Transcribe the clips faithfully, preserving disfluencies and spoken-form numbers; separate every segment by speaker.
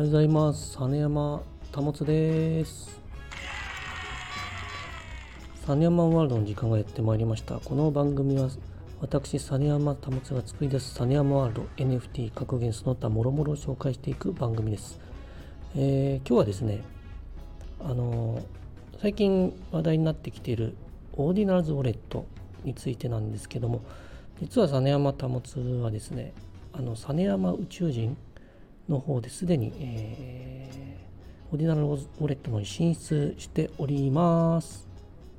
Speaker 1: ようございます。実山保です。実山ワールドの時間がやってまいりました。この番組は私実山保が作り出す実山ワールド エヌエフティー 格言その他もろもろを紹介していく番組です。えー、今日はですねあの最近話題になってきているオーディナルズウォレットについてなんですけども、実は実山保はですねあの実山宇宙人の方ですでに、えー、オーディナルウォレットのに進出しております。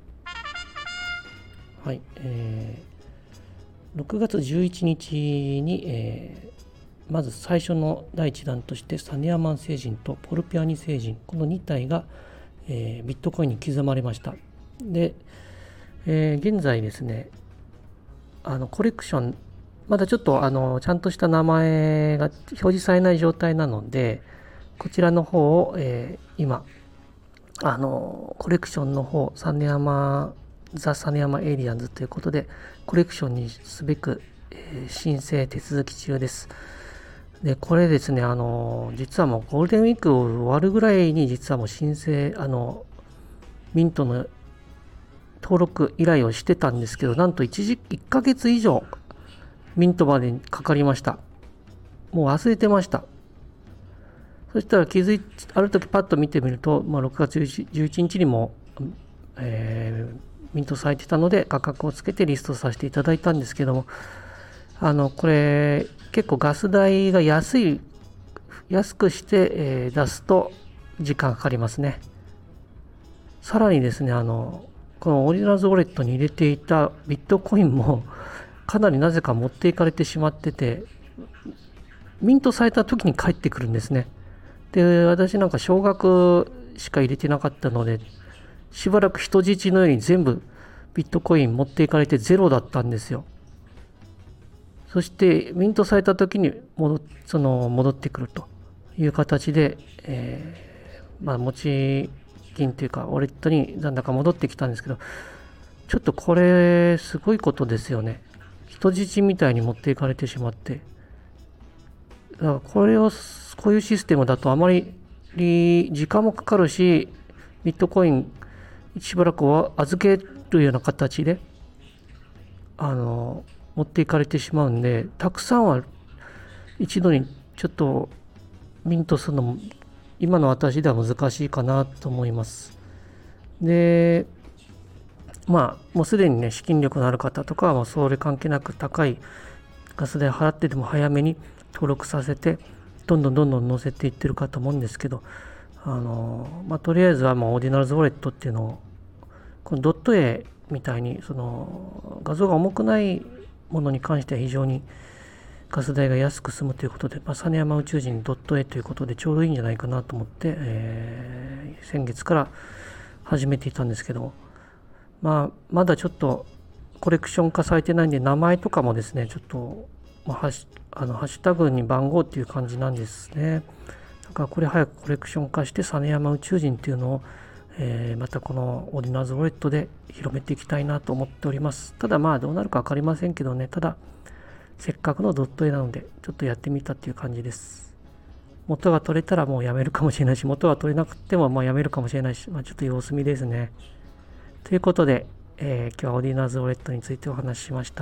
Speaker 1: はい、えー、ろくがつじゅういちにちに、えー、まず最初の第一弾としてサネアマン星人とポルピアニ星人、このに体が、えー、ビットコインに刻まれました。で、えー、現在ですねあのコレクションまだちょっとあのちゃんとした名前が表示されない状態なので、こちらの方を、えー、今あのコレクションの方実山ザ・実山エイリアンズということでコレクションにすべく、えー、申請手続き中です。でこれですねあの実はもうゴールデンウィークを終わるぐらいに実はもう申請あのミントの登録依頼をしてたんですけど、なんと一時いっかげつ以上ミントまでにかかりました。もう忘れてました。そしたら気づいある時パッと見てみると、まあ、ろくがつじゅういちにちにも、えー、ミントされてたので価格をつけてリストさせていただいたんですけども、あのこれ結構ガス代が安い安くして、えー、出すと時間かかりますね。さらにですねあのこのオリジナルズウォレットに入れていたビットコインもかなりなぜか持っていかれてしまってて、ミントされた時に帰ってくるんですね。で、私なんか少額しか入れてなかったので、しばらく人質のように全部ビットコイン持っていかれてゼロだったんですよ。そしてミントされた時に戻その戻ってくるという形で、えー、まあ持ち金というかウォレットに残高戻ってきたんですけど、ちょっとこれすごいことですよね。人質みたいに持っていかれてしまって、だからこれをこういうシステムだとあまり時間もかかるし、ビットコインしばらくは預けるような形であの持っていかれてしまうんで、たくさんは一度にちょっとミントするのも今の私では難しいかなと思います。でまあもうすでにね資金力のある方とかはもうそれ関係なく高いガス代払ってでも早めに登録させてどんどんどんどん載せていってるかと思うんですけど、あのまあとりあえずはもうオーディナルズウォレットっていうのをこのドット絵みたいにその画像が重くないものに関しては非常にガス代が安く済むということで、まあ、実山宇宙人ドット絵ということでちょうどいいんじゃないかなと思って、えー、先月から始めていたんですけど、まあ、まだちょっとコレクション化されてないんで名前とかもですねちょっと、まあ、ハッシあのハッシュタグに番号っていう感じなんですね。だからこれ早くコレクション化して実山宇宙人っていうのを、えー、またこのオーディナルズウォレットで広めていきたいなと思っております。ただまあどうなるか分かりませんけどね、ただせっかくのドット絵なのでちょっとやってみたっていう感じです。元が取れたらもうやめるかもしれないし、元が取れなくてもまあやめるかもしれないし、まあ、ちょっと様子見ですね。ということで、えー、今日はオーディナルズウォレットについてお話ししました。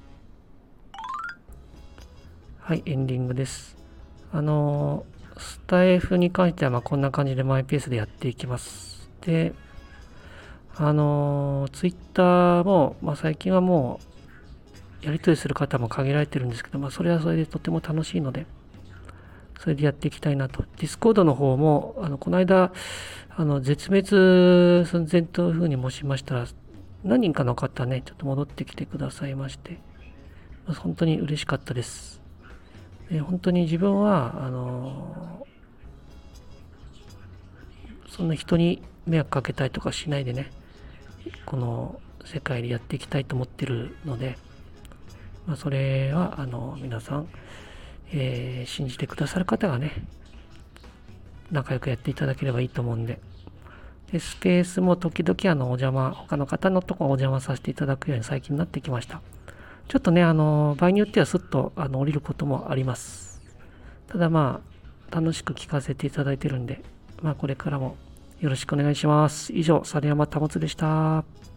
Speaker 1: はい、エンディングです。あのー、スタイフに関してはまあこんな感じでマイペースでやっていきます。で、あのー、ツイッターも、まあ、最近はもうやり取りする方も限られてるんですけど、まあ、それはそれでとても楽しいので、それでやっていきたいなと。ディスコードの方も、あのこの間、あの絶滅寸前というふうに申しましたら、何人かの方ね、ちょっと戻ってきてくださいまして、本当に嬉しかったです。で本当に自分は、あのそんな人に迷惑かけたりとかしないでね、この世界でやっていきたいと思ってるので、まあ、それはあの皆さん、えー、信じてくださる方がね、仲良くやっていただければいいと思うんで、でスペースも時々あのお邪魔、他の方のところお邪魔させていただくように最近になってきました。ちょっとね、あの場合によってはスッとあの降りることもあります。ただまあ楽しく聞かせていただいてるんで、まあこれからもよろしくお願いします。以上、猿山保でした。